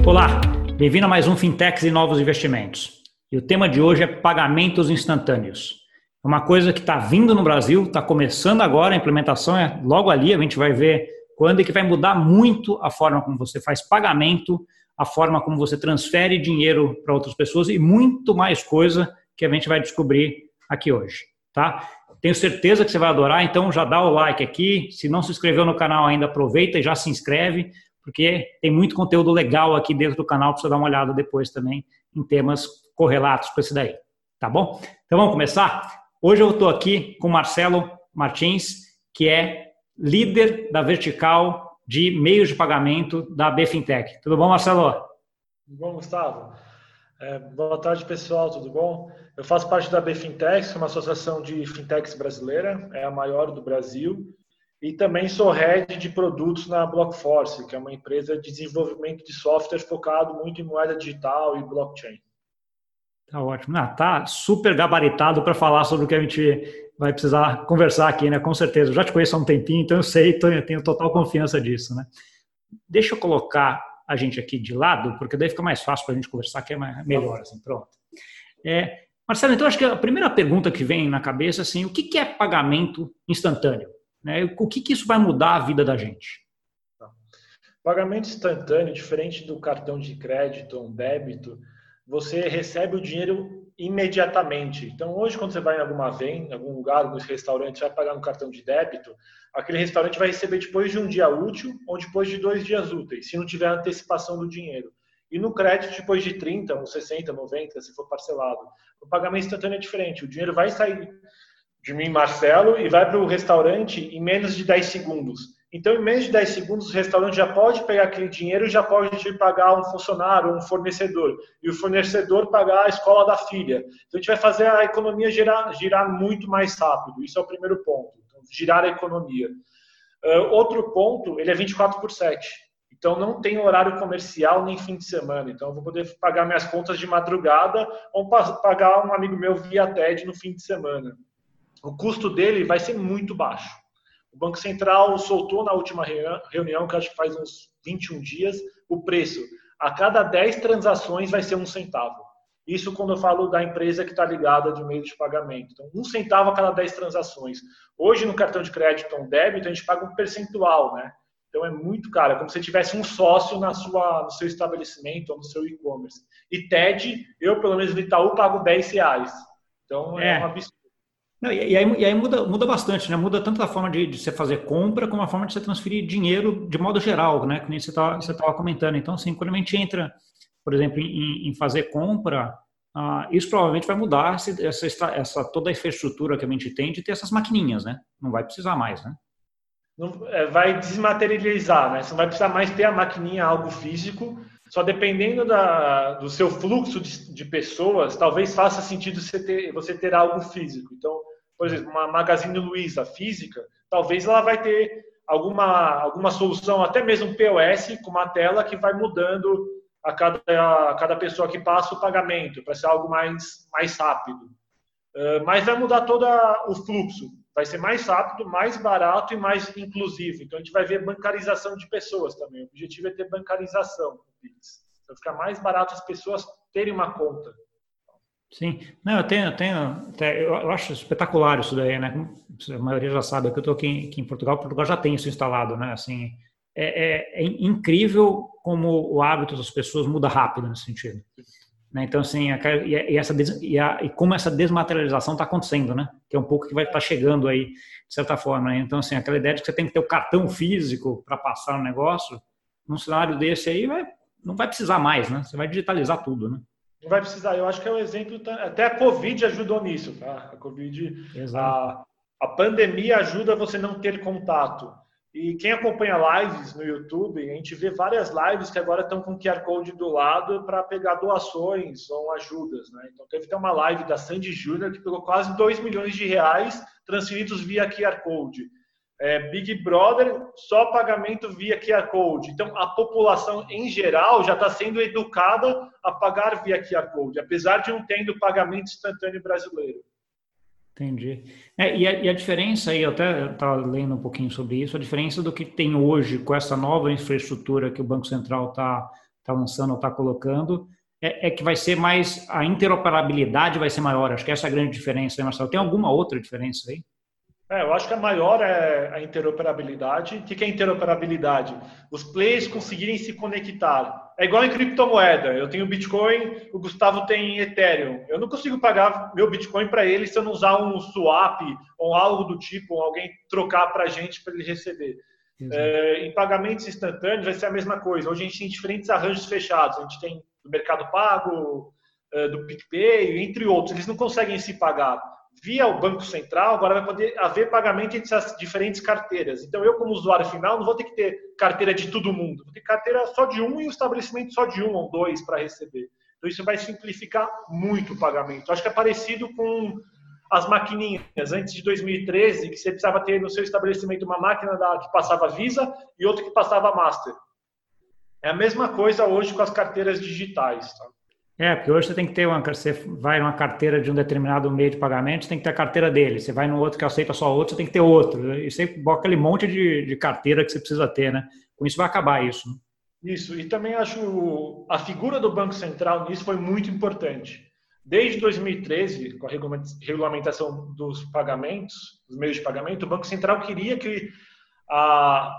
Olá, bem-vindo a mais um Fintechs e Novos Investimentos. E o tema de hoje é pagamentos instantâneos. É uma coisa que está vindo no Brasil, está começando agora, a implementação é logo ali, a gente vai ver quando é que vai mudar muito a forma como você faz pagamento, a forma como você transfere dinheiro para outras pessoas e muito mais coisa que a gente vai descobrir aqui hoje, tá? Tenho certeza que você vai adorar, então já dá o like aqui. Se não se inscreveu no canal ainda, aproveita e já se inscreve, porque tem muito conteúdo legal aqui dentro do canal para você dar uma olhada depois também em temas correlatos com esse daí, tá bom? Então vamos começar? Hoje eu estou aqui com o Marcelo Martins, que é líder da vertical de meios de pagamento da BFintech. Tudo bom, Marcelo? Tudo bom, Gustavo? Boa tarde, pessoal, tudo bom? Eu faço parte da BFintech, que é uma associação de fintechs brasileira, é a maior do Brasil, e também sou head de produtos na Blockforce, que é uma empresa de desenvolvimento de software focado muito em moeda digital e blockchain. Tá ótimo. Tá super gabaritado para falar sobre o que a gente vai precisar conversar aqui, né? Com certeza. Eu já te conheço há um tempinho, então eu sei, eu tenho total confiança disso, né? Deixa eu colocar a gente aqui de lado, porque daí fica mais fácil para a gente conversar, que é melhor, assim, pronto. Marcelo, então acho que a primeira pergunta que vem na cabeça, assim, o que é pagamento instantâneo? Né? O que isso vai mudar a vida da gente? Pagamento instantâneo, diferente do cartão de crédito ou um débito, você recebe o dinheiro imediatamente. Então, hoje, quando você vai em algum lugar, algum restaurante, você vai pagar no cartão de débito, aquele restaurante vai receber depois de um dia útil ou depois de 2 dias úteis, se não tiver antecipação do dinheiro. E no crédito, depois de 30, uns 60, 90, se for parcelado. O pagamento instantâneo é diferente. O dinheiro vai sair de mim, Marcelo, e vai para o restaurante em menos de 10 segundos. Então, em menos de 10 segundos, o restaurante já pode pegar aquele dinheiro e já pode pagar um funcionário, um fornecedor. E o fornecedor pagar a escola da filha. Então, a gente vai fazer a economia girar muito mais rápido. Isso é o primeiro ponto. Então, girar a economia. Outro ponto, ele é 24/7. Então, não tem horário comercial nem fim de semana. Então, eu vou poder pagar minhas contas de madrugada ou pagar um amigo meu via TED no fim de semana. O custo dele vai ser muito baixo. O Banco Central soltou na última reunião, que acho que faz uns 21 dias, o preço. A cada 10 transações vai ser 1 centavo. Isso quando eu falo da empresa que está ligada de meio de pagamento. Então, 1 centavo a cada 10 transações. Hoje, no cartão de crédito ou débito, a gente paga um percentual, né? Então, é muito caro. É como se você tivesse um sócio no seu estabelecimento ou no seu e-commerce. E TED, eu, pelo menos no Itaú, pago R$10. Então, é um absurdo. Não, e aí muda bastante, né? Muda tanto a forma de você fazer compra como a forma de você transferir dinheiro de modo geral, né? Que nem você estava comentando. Então, assim, quando a gente entra, por exemplo, em fazer compra, isso provavelmente vai mudar toda a infraestrutura que a gente tem de ter essas maquininhas, né? Não vai precisar mais, né? Vai desmaterializar, né? Você não vai precisar mais ter a maquininha, algo físico. Só dependendo do seu fluxo de pessoas, talvez faça sentido você ter algo físico. Então, por exemplo, uma Magazine Luiza física, talvez ela vai ter alguma solução, até mesmo POS, com uma tela que vai mudando a cada pessoa que passa o pagamento, para ser algo mais rápido. Mas vai mudar todo o fluxo. Vai ser mais rápido, mais barato e mais inclusivo. Então, a gente vai ver bancarização de pessoas também. O objetivo é ter bancarização. Vai ficar mais barato as pessoas terem uma conta. Sim. Não, eu acho espetacular isso daí, né? A maioria já sabe que eu estou aqui em Portugal. Portugal já tem isso instalado, né? Assim, é incrível como o hábito das pessoas muda rápido nesse sentido. Né? Então, assim, como essa desmaterialização está acontecendo, né? Que é um pouco que vai estar chegando aí, de certa forma. Né? Então, assim, aquela ideia de que você tem que ter o cartão físico para passar o negócio, num cenário desse aí, não vai precisar mais, né? Você vai digitalizar tudo, né? Não vai precisar. Eu acho que é um exemplo, até a Covid ajudou nisso, tá? A Covid, a pandemia ajuda você não ter contato. E quem acompanha lives no YouTube, a gente vê várias lives que agora estão com QR Code do lado para pegar doações ou ajudas, né? Então, teve até uma live da Sandy Júnior que pegou quase R$2 milhões transferidos via QR Code. Big Brother, só pagamento via QR Code. Então, a população, em geral, já está sendo educada a pagar via QR Code, apesar de não tendo pagamento instantâneo brasileiro. Entendi. E a diferença aí, eu até estava lendo um pouquinho sobre isso, a diferença do que tem hoje com essa nova infraestrutura que o Banco Central está está lançando ou está colocando, é que vai ser mais, a interoperabilidade vai ser maior. Acho que essa é a grande diferença, né, Marcelo? Tem alguma outra diferença aí? Eu acho que a maior é a interoperabilidade. O que é interoperabilidade? Os players conseguirem se conectar. É igual em criptomoeda. Eu tenho Bitcoin, o Gustavo tem Ethereum. Eu não consigo pagar meu Bitcoin para ele se eu não usar um swap ou algo do tipo, ou alguém trocar para a gente para ele receber. Em pagamentos instantâneos vai ser a mesma coisa. Hoje a gente tem diferentes arranjos fechados. A gente tem do Mercado Pago, do PicPay, entre outros. Eles não conseguem se pagar via o Banco Central. Agora vai poder haver pagamento entre as diferentes carteiras. Então, eu, como usuário final, não vou ter que ter carteira de todo mundo. Vou ter carteira só de um e o estabelecimento só de um ou dois para receber. Então, isso vai simplificar muito o pagamento. Acho que é parecido com as maquininhas antes de 2013, que você precisava ter no seu estabelecimento uma máquina que passava Visa e outra que passava Master. É a mesma coisa hoje com as carteiras digitais, tá? Porque hoje você tem que ter você vai numa carteira de um determinado meio de pagamento, você tem que ter a carteira dele. Você vai no outro que aceita só outro, você tem que ter outro. E você bota aquele monte de carteira que você precisa ter, né? Com isso vai acabar isso. Isso, e também acho a figura do Banco Central nisso foi muito importante. Desde 2013, com a regulamentação dos pagamentos, dos meios de pagamento, o Banco Central queria que a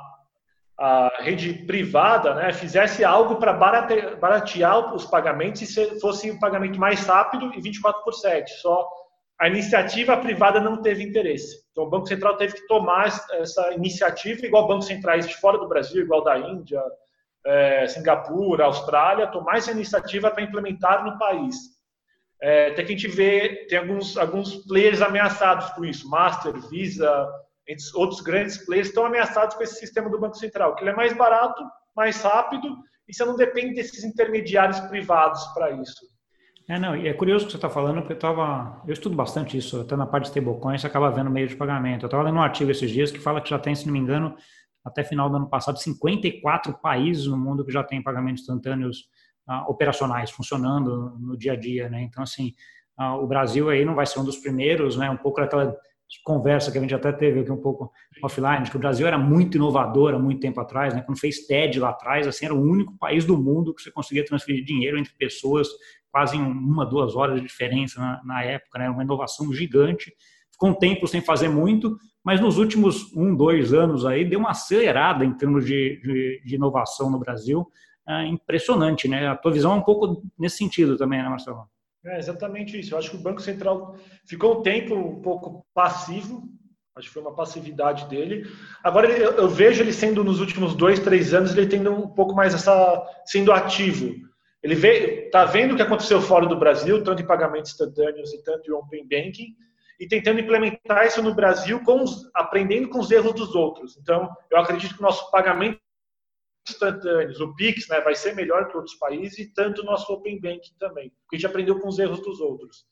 rede privada, né, fizesse algo para baratear os pagamentos e fosse um pagamento mais rápido e 24/7. Só a iniciativa privada não teve interesse. Então, o Banco Central teve que tomar essa iniciativa, igual bancos centrais de fora do Brasil, igual da Índia, Singapura, Austrália, tomar essa iniciativa para implementar no país. Até que a gente vê, tem alguns players ameaçados com isso, Master, Visa, entre outros grandes players estão ameaçados com esse sistema do Banco Central, que ele é mais barato, mais rápido, e você não depende desses intermediários privados para isso. Não, e é curioso o que você está falando, porque eu estudo bastante isso, até na parte de stablecoin, você acaba vendo meio de pagamento. Eu estava lendo um artigo esses dias que fala que já tem, se não me engano, até final do ano passado, 54 países no mundo que já tem pagamentos instantâneos operacionais, funcionando no dia a dia, né? Então, assim, o Brasil aí não vai ser um dos primeiros, né? Um pouco daquela conversa que a gente até teve aqui um pouco offline, que o Brasil era muito inovador há muito tempo atrás, né? Quando fez TED lá atrás, assim, era o único país do mundo que você conseguia transferir dinheiro entre pessoas quase em 1-2 horas de diferença na época, né? Uma inovação gigante. Ficou um tempo sem fazer muito, mas nos últimos 1-2 anos aí deu uma acelerada em termos de inovação no Brasil, impressionante, né? A tua visão é um pouco nesse sentido também, né, Marcelo? Exatamente isso. Eu acho que o Banco Central ficou um tempo um pouco passivo, acho que foi uma passividade dele. Agora eu vejo ele sendo, nos últimos 2-3 anos, ele tendo um pouco mais sendo ativo. Ele está vendo o que aconteceu fora do Brasil, tanto em pagamentos instantâneos e tanto em Open Banking, e tentando implementar isso no Brasil, aprendendo com os erros dos outros. Então, eu acredito que o nosso pagamento instantâneos, o Pix, né, vai ser melhor que outros países, e tanto o nosso Open Banking também, porque a gente aprendeu com os erros dos outros.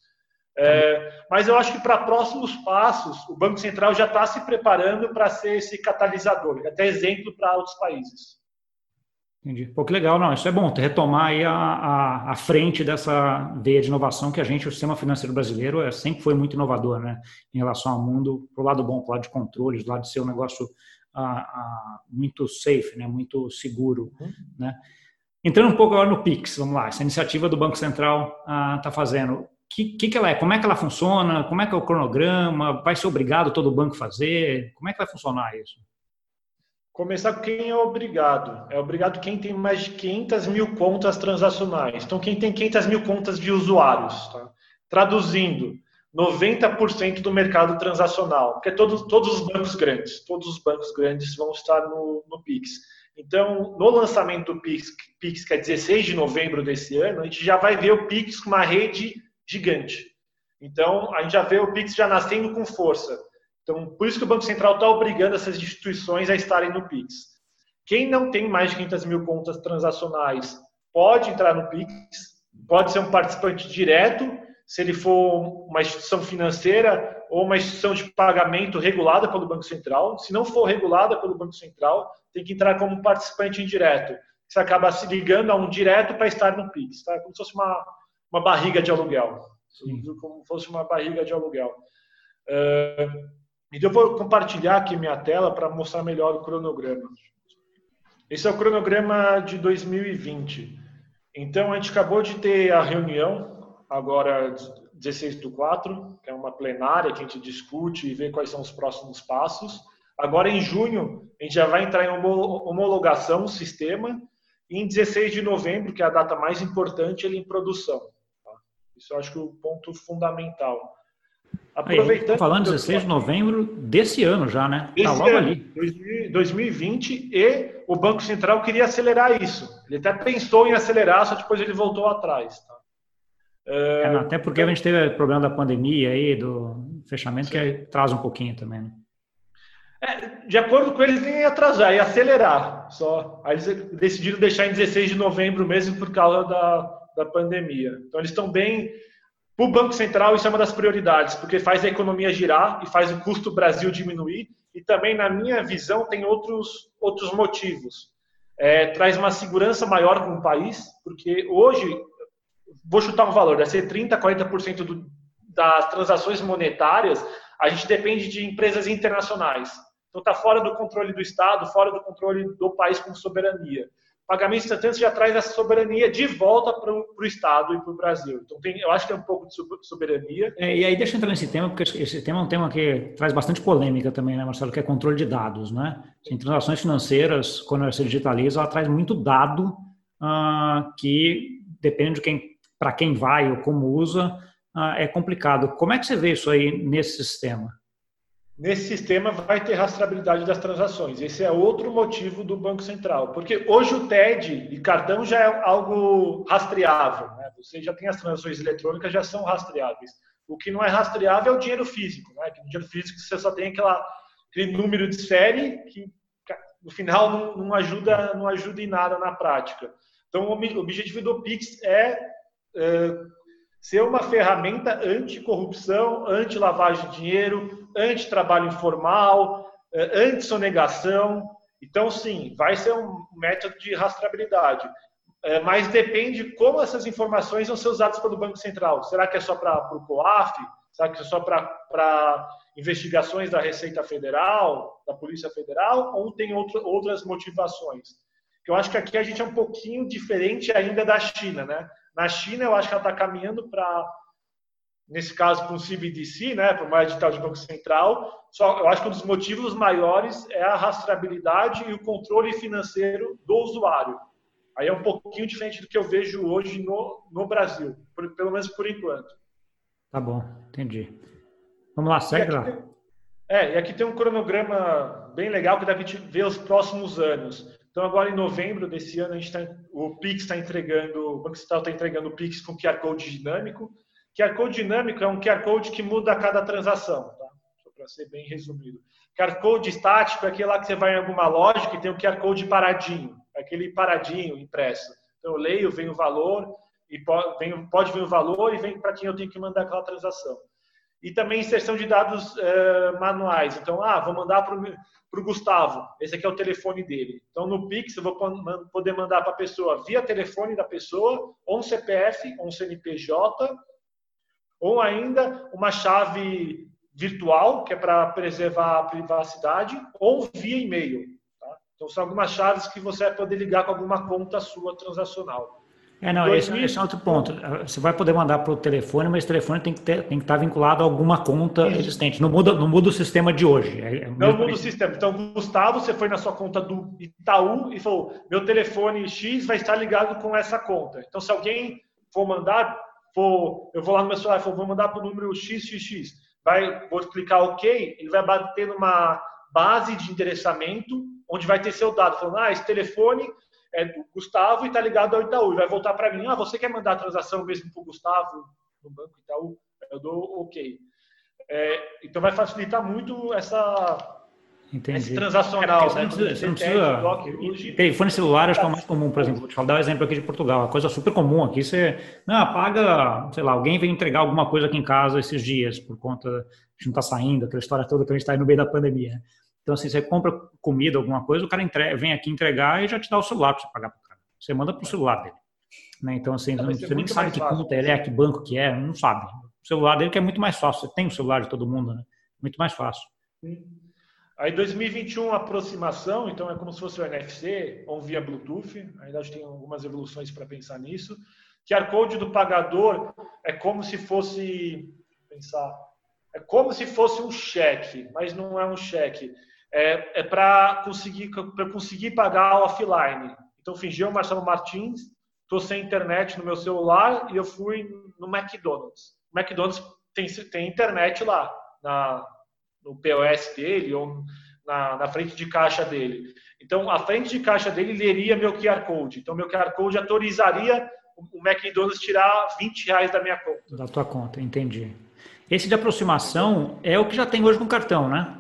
Mas eu acho que para próximos passos, o Banco Central já está se preparando para ser esse catalisador, até exemplo para outros países. Entendi. Pô, que legal, não, isso é bom, retomar aí a frente dessa veia de inovação que o sistema financeiro brasileiro sempre foi muito inovador, né, em relação ao mundo, pro lado bom, pro lado de controles, do lado de ser um negócio muito safe, né, muito seguro, né. Entrando um pouco agora no Pix, vamos lá, essa iniciativa do Banco Central está fazendo, que ela é? Como é que ela funciona? Como é que é o cronograma? Vai ser obrigado todo banco a fazer? Como é que vai funcionar isso? Começar com quem é obrigado. É obrigado quem tem mais de 500 mil contas transacionais. Então, quem tem 500 mil contas de usuários. Tá? Traduzindo, 90% do mercado transacional. Porque todos os bancos grandes vão estar no Pix. Então, no lançamento do Pix, que é 16 de novembro desse ano, a gente já vai ver o Pix com uma rede gigante. Então, a gente já vê o Pix já nascendo com força. Então, por isso que o Banco Central está obrigando essas instituições a estarem no Pix. Quem não tem mais de 500 mil contas transacionais pode entrar no Pix, pode ser um participante direto, se ele for uma instituição financeira ou uma instituição de pagamento regulada pelo Banco Central. Se não for regulada pelo Banco Central, tem que entrar como participante indireto. Você acaba se ligando a um direto para estar no Pix. Tá? Como se fosse uma barriga de aluguel. Como se fosse uma barriga de aluguel. Então, eu vou compartilhar aqui minha tela para mostrar melhor o cronograma. Esse é o cronograma de 2020. Então, a gente acabou de ter a reunião, agora 16/4, que é uma plenária que a gente discute e vê quais são os próximos passos. Agora, em junho, a gente já vai entrar em homologação do sistema. E em 16 de novembro, que é a data mais importante, ele em produção. Tá? Isso eu acho que é o ponto fundamental. Aproveitando, falando 16 de novembro desse ano já, né? Está logo ali. 2020, e o Banco Central queria acelerar isso. Ele até pensou em acelerar, só depois ele voltou atrás. Tá? Até porque a gente teve o problema da pandemia aí, do fechamento, sim, que atrasa um pouquinho também, né? De acordo com eles, nem ia atrasar, ia acelerar só. Aí eles decidiram deixar em 16 de novembro mesmo por causa da pandemia. Então eles estão bem... Para o Banco Central, isso é uma das prioridades, porque faz a economia girar e faz o custo Brasil diminuir. E também, na minha visão, tem outros motivos. Traz uma segurança maior para o país, porque hoje, vou chutar um valor, deve ser 30%, 40% das transações monetárias, a gente depende de empresas internacionais. Então, está fora do controle do Estado, fora do controle do país com soberania. Pagamento instantâneo já traz essa soberania de volta para o Estado e para o Brasil. Então, eu acho que tem um pouco de soberania. E aí, deixa eu entrar nesse tema, porque esse tema é um tema que traz bastante polêmica também, né, Marcelo, que é controle de dados, né? Em transações financeiras, quando ela se digitaliza, ela traz muito dado que, depende de para quem vai ou como usa, é complicado. Como é que você vê isso aí nesse sistema? Nesse sistema vai ter rastreabilidade das transações. Esse é outro motivo do Banco Central. Porque hoje o TED e cartão já é algo rastreável. Né? Você já tem as transações eletrônicas, já são rastreáveis. O que não é rastreável é o dinheiro físico. Né? Que no dinheiro físico você só tem aquele número de série que no final não ajuda em nada na prática. Então o objetivo do Pix é ser uma ferramenta anticorrupção, anti-lavagem de dinheiro, anti-trabalho informal, anti-sonegação. Então, sim, vai ser um método de rastreabilidade. Mas depende como essas informações vão ser usadas pelo Banco Central. Será que é só para o COAF? Será que é só para investigações da Receita Federal, da Polícia Federal? Ou tem outras motivações? Eu acho que aqui a gente é um pouquinho diferente ainda da China, né? Na China, eu acho que ela está caminhando para, nesse caso, para um CBDC, né, para uma digital de Banco Central. Só, eu acho que um dos motivos maiores é a rastreabilidade e o controle financeiro do usuário. Aí é um pouquinho diferente do que eu vejo hoje no Brasil, pelo menos por enquanto. Tá bom, entendi. Vamos lá, segue lá. E aqui tem um cronograma bem legal que deve ver os próximos anos. Então, agora em novembro desse ano, o Pix está entregando, o Banco Central está entregando o Pix com QR Code dinâmico. QR Code dinâmico é um QR Code que muda a cada transação, tá? Só para ser bem resumido. QR Code estático é aquele lá que você vai em alguma loja que tem um QR Code paradinho, aquele paradinho impresso. Então, eu leio, vem o valor, e pode vir o valor e vem para quem eu tenho que mandar aquela transação. E também inserção de dados manuais. Então, vou mandar para o Gustavo. Esse aqui é o telefone dele. Então, no Pix, eu vou poder mandar para a pessoa via telefone da pessoa, ou um CPF, ou um CNPJ, ou ainda uma chave virtual, que é para preservar a privacidade, ou via e-mail. Tá? Então, são algumas chaves que você vai poder ligar com alguma conta sua transacional. Esse é outro ponto. Você vai poder mandar para o telefone, mas o telefone tem que estar vinculado a alguma conta existente. Não muda o sistema de hoje. Não muda o sistema. Então, Gustavo, você foi na sua conta do Itaú e falou: meu telefone X vai estar ligado com essa conta. Então, se alguém for mandar, eu vou lá no meu celular e vou mandar para o número XXX. Vou clicar OK, ele vai bater numa base de endereçamento onde vai ter seu dado. Falando, esse telefone é do Gustavo e está ligado ao Itaú. E vai voltar para mim, você quer mandar a transação mesmo para o Gustavo no Banco Itaú? Eu dou OK. Então vai facilitar muito esse transacional. Você não precisa telefone celular, acho que é o mais comum, por exemplo. Vou dar um exemplo aqui de Portugal. Uma coisa super comum aqui, você paga, sei lá, alguém vem entregar alguma coisa aqui em casa esses dias, por conta de não estar saindo, aquela história toda que a gente está aí no meio da pandemia. Então, assim, você compra comida, alguma coisa, o cara vem aqui entregar e já te dá o celular para você pagar para o cara. Você manda para o celular dele. Né? Então, assim, você nem sabe que conta ele é, que banco que é, não sabe. O celular dele que é muito mais fácil. Você tem o celular de todo mundo, né? Muito mais fácil. Aí 2021, aproximação, então é como se fosse o NFC ou via Bluetooth, ainda tem algumas evoluções para pensar nisso. QR Code do pagador é como se fosse, é como se fosse um cheque, mas não é um cheque. É para conseguir pagar offline. Então, fingi o Marcelo Martins, estou sem internet no meu celular e eu fui no McDonald's. O McDonald's tem internet lá, no POS dele ou na frente de caixa dele. Então, a frente de caixa dele leria meu QR Code. Então, meu QR Code autorizaria o McDonald's tirar R$20 da minha conta. Da tua conta, entendi. Esse de aproximação é o que já tem hoje no cartão, né?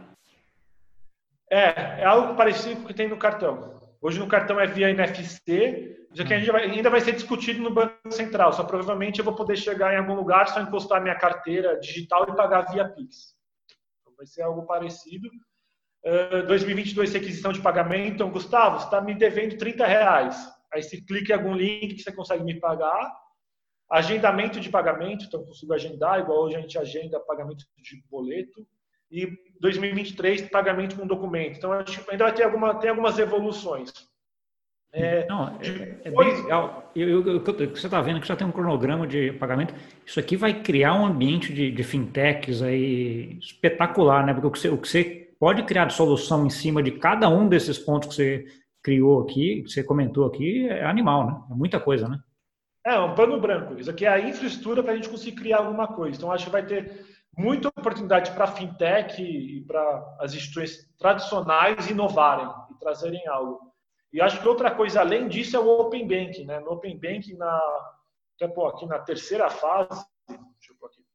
É algo parecido com o que tem no cartão. Hoje no cartão é via NFC, isso aqui ainda vai ser discutido no Banco Central, só provavelmente eu vou poder chegar em algum lugar, só encostar minha carteira digital e pagar via Pix. Então vai ser algo parecido. 2022, requisição de pagamento. Então, Gustavo, você está me devendo R$30. Aí você clica em algum link que você consegue me pagar. Agendamento de pagamento, então consigo agendar, igual hoje a gente agenda pagamento de boleto. E 2023, pagamento com documento. Então, acho que ainda vai ter algumas evoluções. É bem legal. O que você está vendo que já tem um cronograma de pagamento. Isso aqui vai criar um ambiente de fintechs aí espetacular, né? Porque o que você pode criar de solução em cima de cada um desses pontos que você criou aqui, que você comentou aqui, é animal, né? É muita coisa, né? É um pano branco. Isso aqui é a infraestrutura para a gente conseguir criar alguma coisa. Então, acho que vai ter muita oportunidade para a fintech e para as instituições tradicionais inovarem e trazerem algo. E acho que outra coisa além disso é o Open Banking, né? No Open Banking, aqui na terceira fase, deixa eu pôr aqui.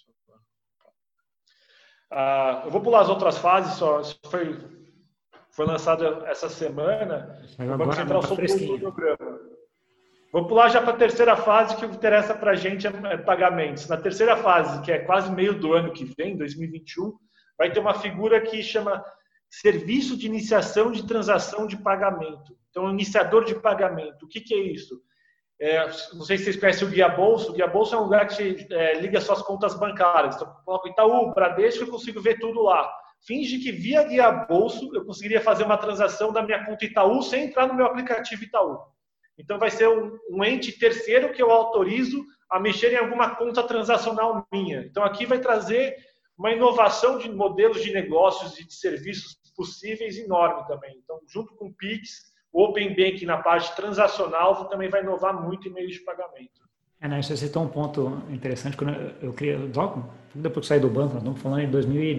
Eu vou pular as outras fases, isso foi lançado essa semana. O Banco Central soltou o programa. Vou pular já para a terceira fase, que o que interessa para a gente é pagamentos. Na terceira fase, que é quase meio do ano que vem, 2021, vai ter uma figura que chama Serviço de Iniciação de Transação de Pagamento. Então, iniciador de pagamento. O que é isso? Não sei se vocês conhecem o Guia Bolso. O Guia Bolso é um lugar que liga suas contas bancárias. Então, eu coloco Itaú, Bradesco, eu consigo ver tudo lá. Finge que via Guia Bolso eu conseguiria fazer uma transação da minha conta Itaú sem entrar no meu aplicativo Itaú. Então, vai ser um ente terceiro que eu autorizo a mexer em alguma conta transacional minha. Então, aqui vai trazer uma inovação de modelos de negócios e de serviços possíveis enorme também. Então, junto com o Pix, o Open Banking na parte transacional também vai inovar muito em meios de pagamento. Você citou um ponto interessante. Quando eu queria, logo depois que saí do banco, nós estamos falando em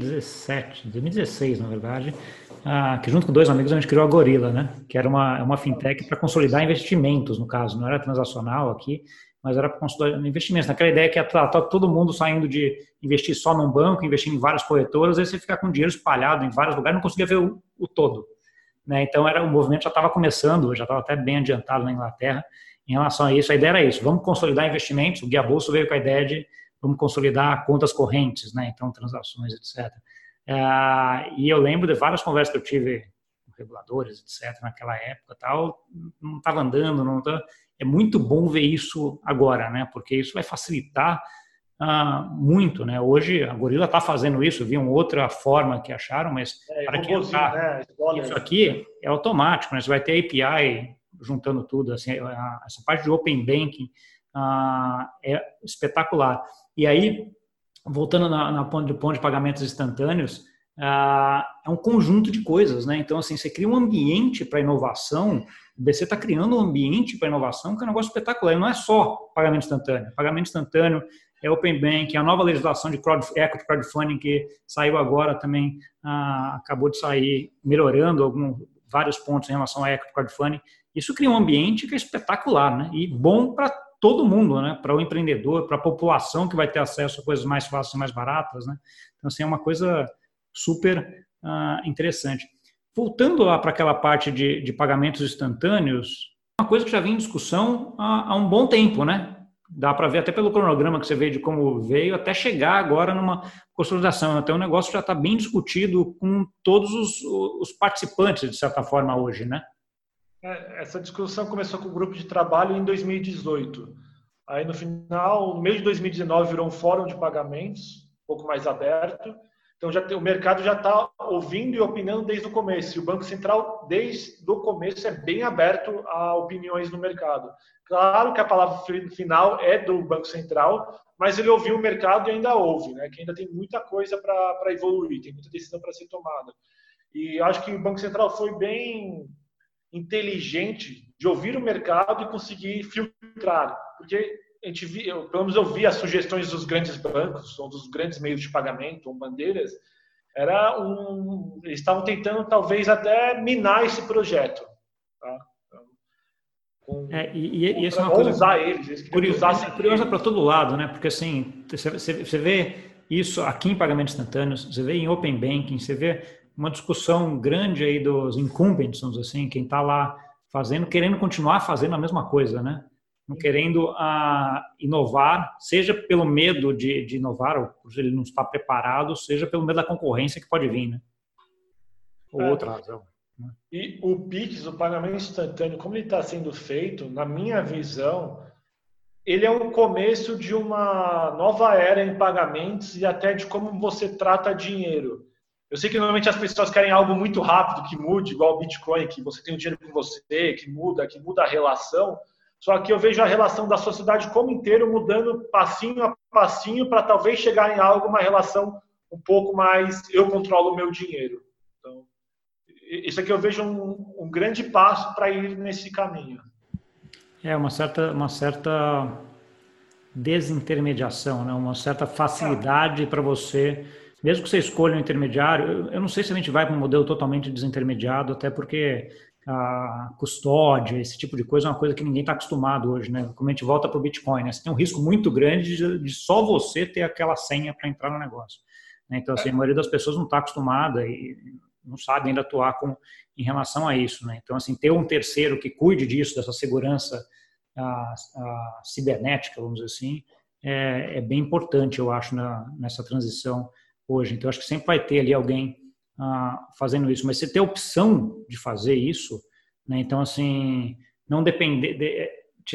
2016, na verdade, que junto com dois amigos a gente criou a Gorilla, né? Que era uma fintech para consolidar investimentos, no caso. Não era transacional aqui, mas era para consolidar investimentos. Naquela ideia que tá todo mundo saindo de investir só num banco, investir em várias corretoras, aí você fica com dinheiro espalhado em vários lugares, não conseguia ver o todo. Né? Então, o movimento já estava começando, já estava até bem adiantado na Inglaterra em relação a isso. A ideia era isso, vamos consolidar investimentos. O Guia Bolso veio com a ideia de vamos consolidar contas correntes, né? Então, transações, etc. E eu lembro de várias conversas que eu tive com reguladores, etc., naquela época, não estava andando, é muito bom ver isso agora, né? Porque isso vai facilitar muito, né? Hoje a Gorilla está fazendo isso, viam outra forma que acharam, mas para quem está, isso aqui é automático, né? Você vai ter API juntando tudo, assim, essa parte de Open Banking é espetacular. E aí, voltando na ponto de pagamentos instantâneos, é um conjunto de coisas, né? Então, assim, você cria um ambiente para inovação, o BC está criando um ambiente para inovação que é um negócio espetacular. E não é só pagamento instantâneo. Pagamento instantâneo é Open Banking, a nova legislação de equity crowdfunding que saiu agora também, acabou de sair, melhorando vários pontos em relação a equity crowdfunding. Isso cria um ambiente que é espetacular, né? E bom para todo mundo, né? Para o empreendedor, para a população que vai ter acesso a coisas mais fáceis e mais baratas, né? Então, assim, é uma coisa super interessante. Voltando lá para aquela parte de pagamentos instantâneos, uma coisa que já vem em discussão há um bom tempo, né? Dá para ver até pelo cronograma que você vê de como veio, até chegar agora numa consolidação. Até o negócio já está bem discutido com todos os participantes, de certa forma, hoje, né? Essa discussão começou com o grupo de trabalho em 2018. Aí, no meio de 2019, virou um fórum de pagamentos, um pouco mais aberto. Então, o mercado já está ouvindo e opinando desde o começo. E o Banco Central, desde o começo, é bem aberto a opiniões no mercado. Claro que a palavra final é do Banco Central, mas ele ouviu o mercado e ainda ouve, né? Que ainda tem muita coisa para evoluir, tem muita decisão para ser tomada. E acho que o Banco Central foi bem inteligente de ouvir o mercado e conseguir filtrar, porque a gente pelo menos eu vi as sugestões dos grandes bancos, ou dos grandes meios de pagamento, ou bandeiras, eles estavam tentando talvez até minar esse projeto, tá? E isso é uma coisa usar eles curiosa para todo lado, né? Porque assim, você vê isso aqui em pagamentos instantâneos, você vê em Open Banking, você vê uma discussão grande aí dos incumbents, vamos dizer assim, quem está lá fazendo, querendo continuar fazendo a mesma coisa, né? Não querendo inovar, seja pelo medo de inovar, ou por ele não estar preparado, seja pelo medo da concorrência que pode vir, né? Ou outra razão. E o Pix, o pagamento instantâneo, como ele está sendo feito, na minha visão, ele é o começo de uma nova era em pagamentos e até de como você trata dinheiro. Eu sei que normalmente as pessoas querem algo muito rápido, que mude, igual o Bitcoin, que você tem o dinheiro com você, que muda a relação. Só que eu vejo a relação da sociedade como inteiro mudando passinho a passinho para talvez chegar em algo, uma relação um pouco mais eu controlo o meu dinheiro. Então, isso aqui eu vejo um grande passo para ir nesse caminho. É uma certa desintermediação, né? Uma certa facilidade para você, mesmo que você escolha um intermediário. Eu não sei se a gente vai para um modelo totalmente desintermediado, até porque a custódia, esse tipo de coisa é uma coisa que ninguém está acostumado hoje, né? Como a gente volta para o Bitcoin, né? Você tem um risco muito grande de só você ter aquela senha para entrar no negócio, né? Então, assim, a maioria das pessoas não está acostumada e não sabe ainda atuar em relação a isso, né? Então, assim, ter um terceiro que cuide disso, dessa segurança a cibernética, vamos dizer assim, é bem importante, eu acho, nessa transição hoje. Então, acho que sempre vai ter ali alguém fazendo isso, mas você ter a opção de fazer isso, né? Então, assim, não depender...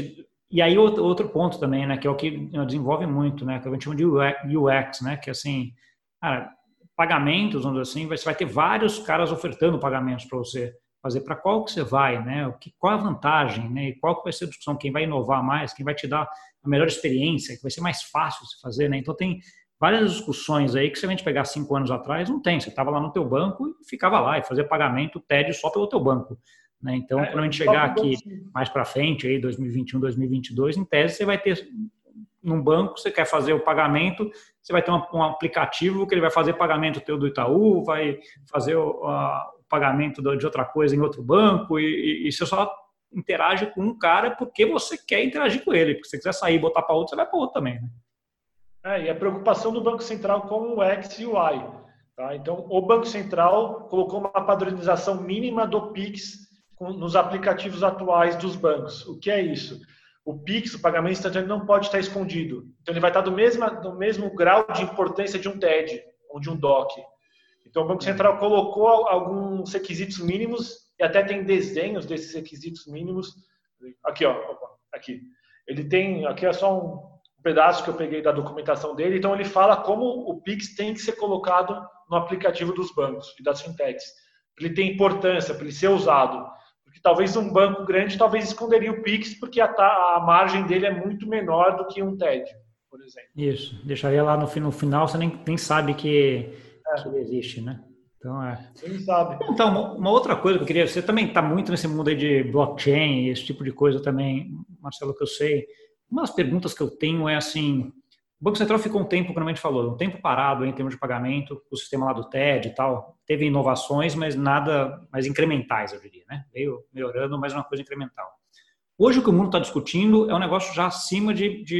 E aí, outro ponto também, né, que é o que desenvolve muito, né, que a gente chama de UX, né, que assim, cara, pagamentos, vamos dizer assim, você vai ter vários caras ofertando pagamentos para você fazer, para qual que você vai, né? Qual a vantagem, né? E qual que vai ser a discussão, quem vai inovar mais, quem vai te dar a melhor experiência, que vai ser mais fácil de fazer, né? Então tem várias discussões aí que se a gente pegar 5 anos atrás, não tem. Você estava lá no teu banco e ficava lá e fazia pagamento TED só pelo teu banco, né? Então, quando a gente chegar aqui mais para frente, aí 2021, 2022, em tese você vai ter num banco, você quer fazer o pagamento, você vai ter um aplicativo que ele vai fazer pagamento teu do Itaú, vai fazer o pagamento de outra coisa em outro banco e você só interage com um cara porque você quer interagir com ele. Porque se você quiser sair e botar para outro, você vai para outro também, né? E a preocupação do Banco Central com o X e o Y. Tá? Então, o Banco Central colocou uma padronização mínima do PIX nos aplicativos atuais dos bancos. O que é isso? O PIX, o pagamento instantâneo, não pode estar escondido. Então, ele vai estar do mesmo grau de importância de um TED ou de um DOC. Então, o Banco Central colocou alguns requisitos mínimos e até tem desenhos desses requisitos mínimos. Aqui, ó. Aqui. Ele tem... Aqui é só um pedaço que eu peguei da documentação dele. Então, ele fala como o PIX tem que ser colocado no aplicativo dos bancos e das fintechs. Para ele ter importância, para ele ser usado. Porque talvez um banco grande talvez esconderia o PIX porque a margem dele é muito menor do que um TED, por exemplo. Isso. Deixaria lá no final, você nem sabe que existe, né? Então, Quem sabe. Então, uma outra coisa que eu queria... Você também está muito nesse mundo aí de blockchain, esse tipo de coisa também, Marcelo, que eu sei. Uma das perguntas que eu tenho é assim... O Banco Central ficou um tempo, como a gente falou, um tempo parado em termos de pagamento, o sistema lá do TED e tal. Teve inovações, mas nada mais incrementais, eu diria, né? Veio melhorando, mas uma coisa incremental. Hoje o que o mundo está discutindo é um negócio já acima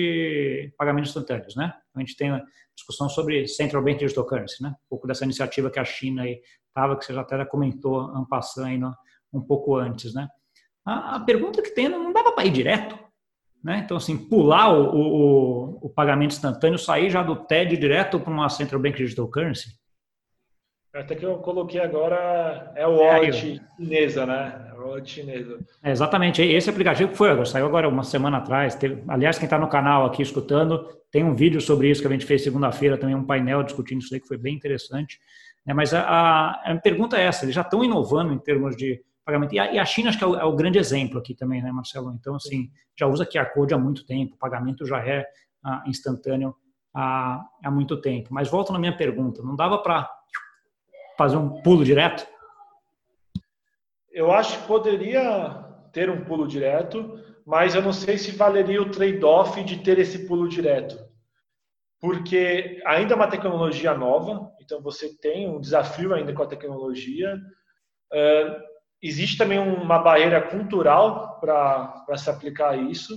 de pagamentos instantâneos, né? A gente tem uma discussão sobre Central Bank Digital Currency, né? Um pouco dessa iniciativa que a China aí estava, que você já até comentou en passant aí um pouco antes, né? A pergunta que tem, não dava para ir direto, né? Então, assim, pular o pagamento instantâneo, sair já do TED direto para uma Central Bank Digital Currency? Até que eu coloquei agora, é o wallet chinesa, né? wallet chinesa. Exatamente, esse aplicativo saiu agora uma semana atrás. Aliás, quem está no canal aqui escutando, tem um vídeo sobre isso que a gente fez segunda-feira, também um painel discutindo isso aí que foi bem interessante. Mas a minha pergunta é essa, eles já estão inovando em termos de pagamento. E a China acho que é o grande exemplo aqui também, né, Marcelo? Então, assim, já usa QR Code há muito tempo, o pagamento já é instantâneo há muito tempo. Mas volto na minha pergunta, não dava para fazer um pulo direto? Eu acho que poderia ter um pulo direto, mas eu não sei se valeria o trade-off de ter esse pulo direto. Porque ainda é uma tecnologia nova, então você tem um desafio ainda com a tecnologia. Existe também uma barreira cultural para se aplicar isso.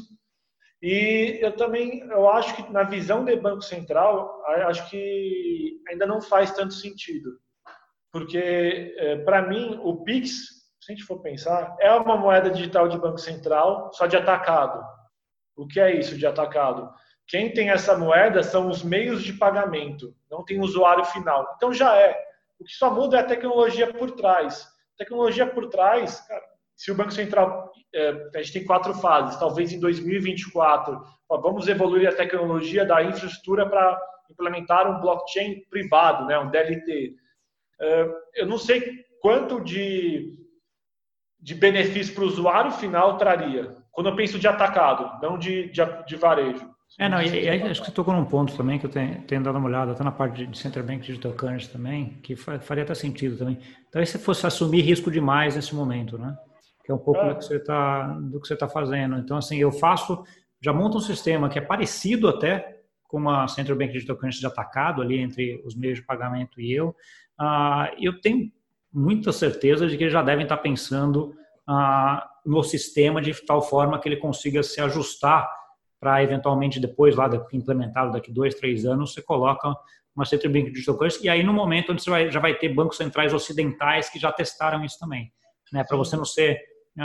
E eu acho que na visão do Banco Central, acho que ainda não faz tanto sentido. Porque, para mim, o Pix, se a gente for pensar, é uma moeda digital de Banco Central, só de atacado. O que é isso de atacado? Quem tem essa moeda são os meios de pagamento, não tem usuário final. Então já é. O que só muda é a tecnologia por trás. A tecnologia por trás, cara, se o Banco Central, a gente tem 4 fases, talvez em 2024, vamos evoluir a tecnologia da infraestrutura para implementar um blockchain privado, né, um DLT. Eu não sei quanto de benefício para o usuário final traria, quando eu penso de atacado, não de varejo. Não, e acho que você tocou num ponto também que eu tenho dado uma olhada, até na parte de Central Bank Digital Currency também, que faria até sentido também. Então, aí se fosse assumir risco demais nesse momento, né? Que é um pouco do que você tá fazendo. Então, assim, já monto um sistema que é parecido até com uma Central Bank Digital Currency de atacado ali entre os meios de pagamento e eu. Eu tenho muita certeza de que eles já devem estar pensando no sistema de tal forma que ele consiga se ajustar para eventualmente depois, lá implementado daqui 2, 3 anos, você coloca uma Central Bank Digital Currency, e aí no momento onde você já vai ter bancos centrais ocidentais que já testaram isso também, né? Para você não ser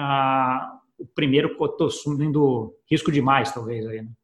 o primeiro que eu estou assumindo risco demais, talvez. Aí, né?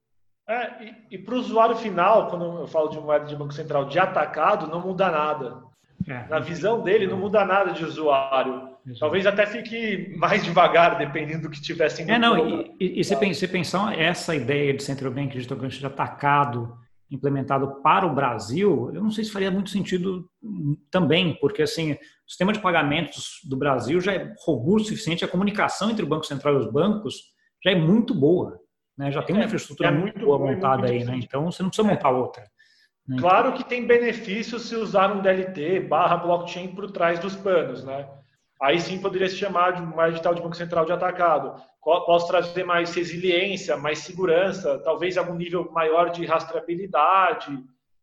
E para o usuário final, quando eu falo de moeda de Banco Central de atacado, não muda nada. Na visão dele, não muda nada de usuário. Talvez até fique mais devagar, dependendo do que estiver sendo colocado. E você pensar essa ideia de Central Bank Digital Currency de atacado implementado para o Brasil, eu não sei se faria muito sentido também, porque assim, o sistema de pagamentos do Brasil já é robusto o suficiente, a comunicação entre o Banco Central e os bancos já é muito boa, né? Já tem uma infraestrutura muito boa montada aí, né? Então você não precisa montar outra. Né? Claro que tem benefício se usar um DLT / blockchain por trás dos panos, né? Aí sim poderia se chamar de mais digital de Banco Central de atacado. Posso trazer mais resiliência, mais segurança, talvez algum nível maior de rastreabilidade,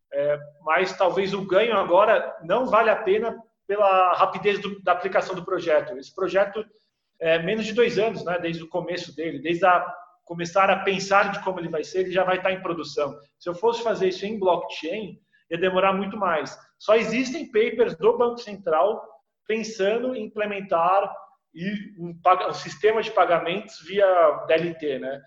mas talvez o ganho agora não vale a pena pela rapidez da aplicação do projeto. Esse projeto é menos de 2 anos, né? Desde o começo dele, desde começar a pensar de como ele vai ser, ele já vai estar em produção. Se eu fosse fazer isso em blockchain, ia demorar muito mais. Só existem papers do Banco Central pensando em implementar um sistema de pagamentos via DLT, né?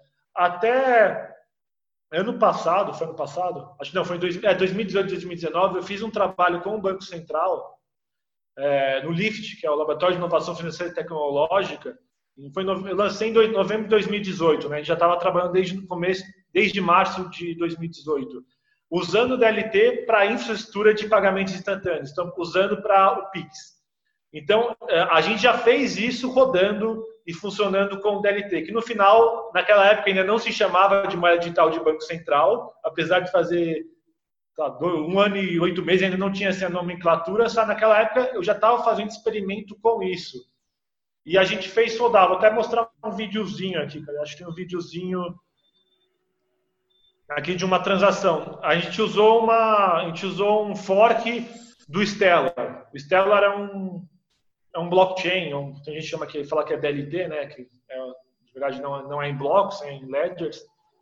Até ano passado, acho que não, foi em 2018, 2019, eu fiz um trabalho com o Banco Central no LIFT, que é o Laboratório de Inovação Financeira e Tecnológica. Eu lancei em novembro de 2018, né? A gente já estava trabalhando desde o começo, desde março de 2018, usando o DLT para infraestrutura de pagamentos instantâneos, então usando para o Pix. Então, a gente já fez isso rodando e funcionando com o DLT, que no final, naquela época, ainda não se chamava de moeda digital de Banco Central, apesar de fazer 1 ano e 8 meses, ainda não tinha essa nomenclatura, só naquela época eu já estava fazendo experimento com isso. E a gente fez rodar. Vou até mostrar um videozinho aqui, cara. Acho que tem um videozinho aqui de uma transação. A gente usou um fork do Stellar. O Stellar é um blockchain, tem gente que fala que é DLT, né? Que de verdade não é em blocos, é em ledgers.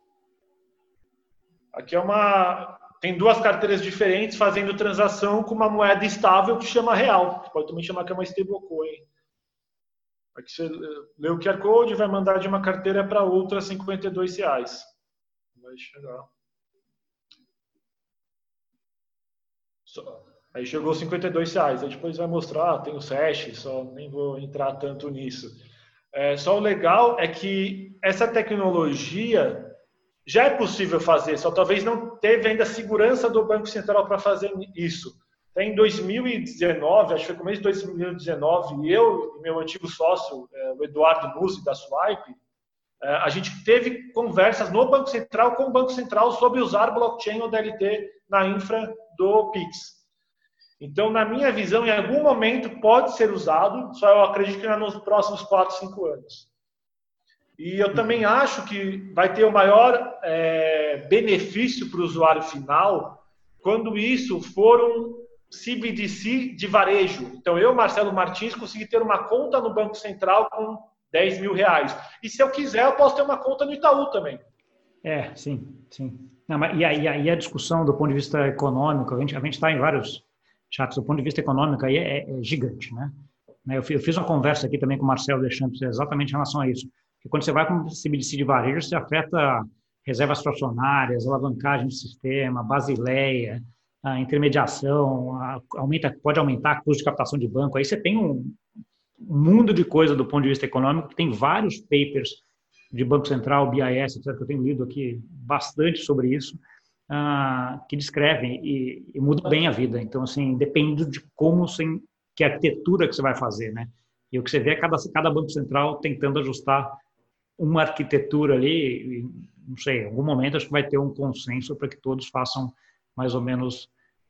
Aqui tem 2 carteiras diferentes fazendo transação com uma moeda estável que chama real. Você pode também chamar que é uma stablecoin. Aqui você lê o QR Code e vai mandar de uma carteira para outra R$52. Vai chegar. Aí chegou R$52. Aí depois vai mostrar, tem o hash, só nem vou entrar tanto nisso. Só o legal é que essa tecnologia já é possível fazer, só talvez não teve ainda a segurança do Banco Central para fazer isso. Em 2019, acho que foi começo de 2019, eu e meu antigo sócio, o Eduardo Musi, da Swipe, a gente teve conversas no Banco Central com o Banco Central sobre usar blockchain ou DLT na infra do Pix. Então, na minha visão, em algum momento pode ser usado, só eu acredito que nos próximos 4, 5 anos. E eu também acho que vai ter o maior benefício para o usuário final quando isso for um CBDC de varejo. Então, eu, Marcelo Martins, consegui ter uma conta no Banco Central com R$10.000. E se eu quiser, eu posso ter uma conta no Itaú também. Sim, sim. Não, mas e a discussão do ponto de vista econômico, a gente está em vários chats, do ponto de vista econômico aí é gigante, né? Eu fiz uma conversa aqui também com o Marcelo Deschamps exatamente em relação a isso. Porque quando você vai com CBDC de varejo, você afeta reservas fracionárias, alavancagem do sistema, basileia, a intermediação, pode aumentar custo de captação de banco. Aí você tem um mundo de coisa do ponto de vista econômico, que tem vários papers de Banco Central, BIS, etc., que eu tenho lido aqui bastante sobre isso, que descrevem e mudam bem a vida. Então, assim, depende de que arquitetura que você vai fazer, né? E o que você vê é cada Banco Central tentando ajustar uma arquitetura ali, não sei, em algum momento acho que vai ter um consenso para que todos façam mais ou menos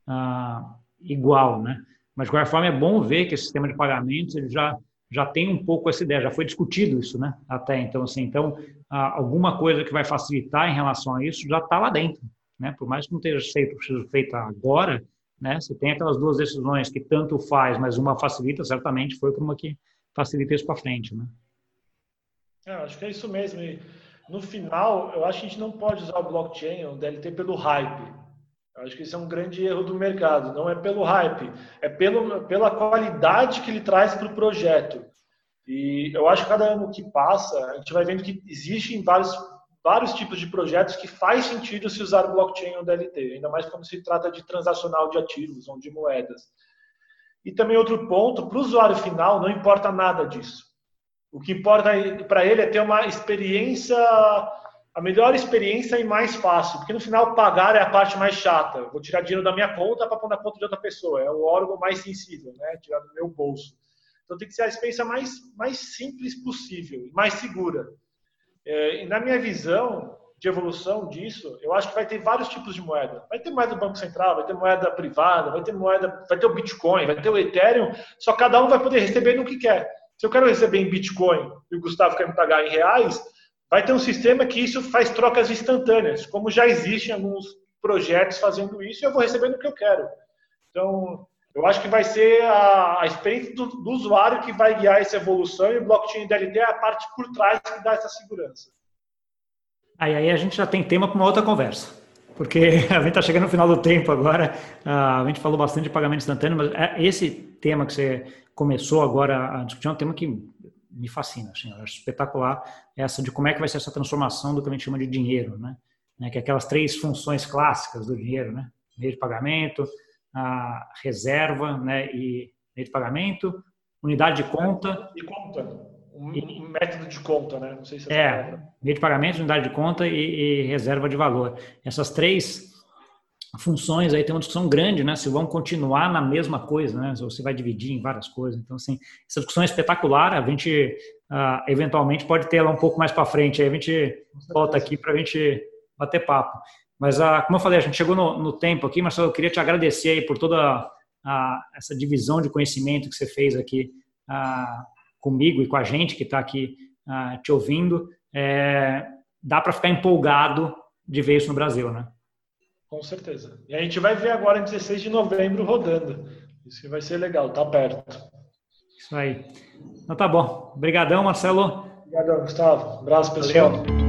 igual, né? Mas, de qualquer forma, é bom ver que esse sistema de pagamentos ele já tem um pouco essa ideia, já foi discutido isso, né? Até então, assim, alguma coisa que vai facilitar em relação a isso já está lá dentro, né? Por mais que não esteja sido feita agora, né? Você tem aquelas duas decisões que tanto faz, mas uma facilita, certamente foi para uma que facilita isso para frente, né? Acho que é isso mesmo. E no final, eu acho que a gente não pode usar o blockchain, o DLT, pelo hype. Eu acho que isso é um grande erro do mercado. Não é pelo hype, é pela qualidade que ele traz para o projeto. E eu acho que cada ano que passa, a gente vai vendo que existem vários tipos de projetos que faz sentido se usar o blockchain ou DLT, ainda mais quando se trata de transacional de ativos ou de moedas. E também outro ponto, para o usuário final, não importa nada disso. O que importa para ele é ter uma experiência, a melhor experiência e mais fácil, porque no final pagar é a parte mais chata. Vou tirar dinheiro da minha conta para pôr na conta de outra pessoa, é o órgão mais sensível, né? Tirar do meu bolso. Então tem que ser a experiência mais simples possível, mais segura. E na minha visão de evolução disso, eu acho que vai ter vários tipos de moeda. Vai ter moeda do Banco Central, vai ter moeda privada, vai ter o Bitcoin, vai ter o Ethereum, só cada um vai poder receber no que quer. Se eu quero receber em Bitcoin e o Gustavo quer me pagar em reais, vai ter um sistema que isso faz trocas instantâneas, como já existem alguns projetos fazendo isso, e eu vou receber no que eu quero. Então, eu acho que vai ser a experiência do usuário que vai guiar essa evolução, e o blockchain DLT é a parte por trás que dá essa segurança. Aí a gente já tem tema para uma outra conversa, porque a gente está chegando no final do tempo agora, a gente falou bastante de pagamento instantâneo, mas esse tema que você começou agora a discutir é um tema que me fascina, assim, eu acho espetacular essa de como é que vai ser essa transformação do que a gente chama de dinheiro, né? Que é aquelas 3 funções clássicas do dinheiro, né? Meio de pagamento, a reserva, né? E meio de pagamento, unidade de conta. E conta. Um método de conta, né? Não sei se meio de pagamento, unidade de conta e reserva de valor. Essas 3 funções aí tem uma discussão grande, né? Se vão continuar na mesma coisa, né? Se você vai dividir em várias coisas. Então, assim, essa discussão é espetacular. A gente eventualmente pode ter ela um pouco mais para frente. Aí a gente volta aqui para a gente bater papo. Mas, como eu falei, a gente chegou no tempo aqui, Marcelo, eu queria te agradecer aí por toda essa divisão de conhecimento que você fez aqui comigo e com a gente que está aqui te ouvindo. Dá para ficar empolgado de ver isso no Brasil, né? Com certeza. E a gente vai ver agora em 16 de novembro rodando. Isso vai ser legal, tá perto. Isso aí. Então tá bom. Obrigadão, Marcelo. Obrigado, Gustavo. Um abraço, pessoal. Valeu.